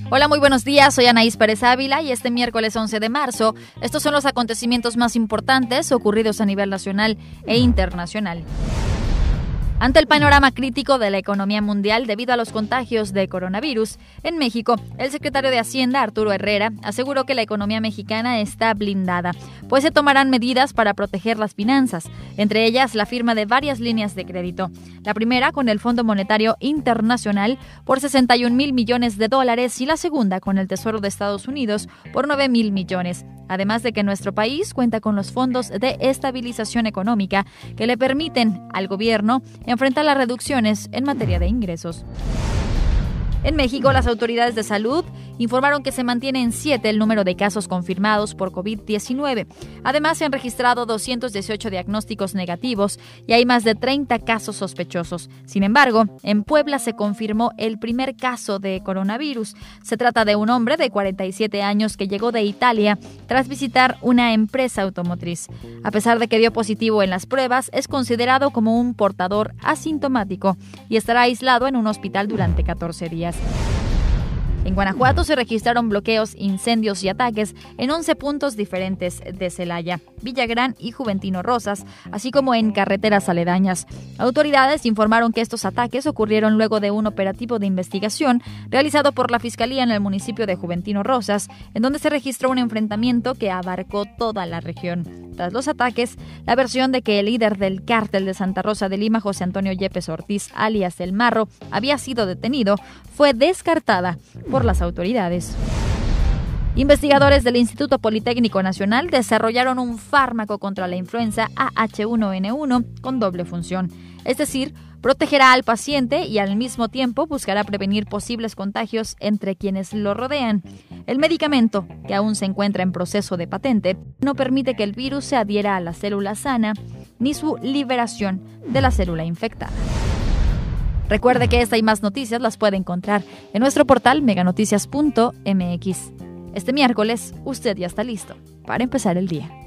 Hola, muy buenos días, soy Anaís Pérez Ávila y este miércoles 11 de marzo, estos son los acontecimientos más importantes ocurridos a nivel nacional e internacional. Ante el panorama crítico de la economía mundial debido a los contagios de coronavirus, en México, el secretario de Hacienda, Arturo Herrera, aseguró que la economía mexicana está blindada, pues se tomarán medidas para proteger las finanzas, entre ellas la firma de varias líneas de crédito. La primera con el Fondo Monetario Internacional por $61,000 millones y la segunda con el Tesoro de Estados Unidos por $9,000 millones. Además de que nuestro país cuenta con los fondos de estabilización económica que le permiten al gobierno enfrentar las reducciones en materia de ingresos. En México, las autoridades de salud informaron que se mantiene en 7 el número de casos confirmados por COVID-19. Además, se han registrado 218 diagnósticos negativos y hay más de 30 casos sospechosos. Sin embargo, en Puebla se confirmó el primer caso de coronavirus. Se trata de un hombre de 47 años que llegó de Italia tras visitar una empresa automotriz. A pesar de que dio positivo en las pruebas, es considerado como un portador asintomático y estará aislado en un hospital durante 14 días. En Guanajuato se registraron bloqueos, incendios y ataques en 11 puntos diferentes de Celaya, Villagrán y Juventino Rosas, así como en carreteras aledañas. Autoridades informaron que estos ataques ocurrieron luego de un operativo de investigación realizado por la Fiscalía en el municipio de Juventino Rosas, en donde se registró un enfrentamiento que abarcó toda la región. Tras los ataques, la versión de que el líder del cártel de Santa Rosa de Lima, José Antonio Yepes Ortiz, alias El Marro, había sido detenido, fue descartada por las autoridades. Investigadores del Instituto Politécnico Nacional desarrollaron un fármaco contra la influenza AH1N1 con doble función, es decir, protegerá al paciente y al mismo tiempo buscará prevenir posibles contagios entre quienes lo rodean. El medicamento, que aún se encuentra en proceso de patente, no permite que el virus se adhiera a la célula sana ni su liberación de la célula infectada. Recuerde que esta y más noticias las puede encontrar en nuestro portal meganoticias.mx. Este miércoles, usted ya está listo para empezar el día.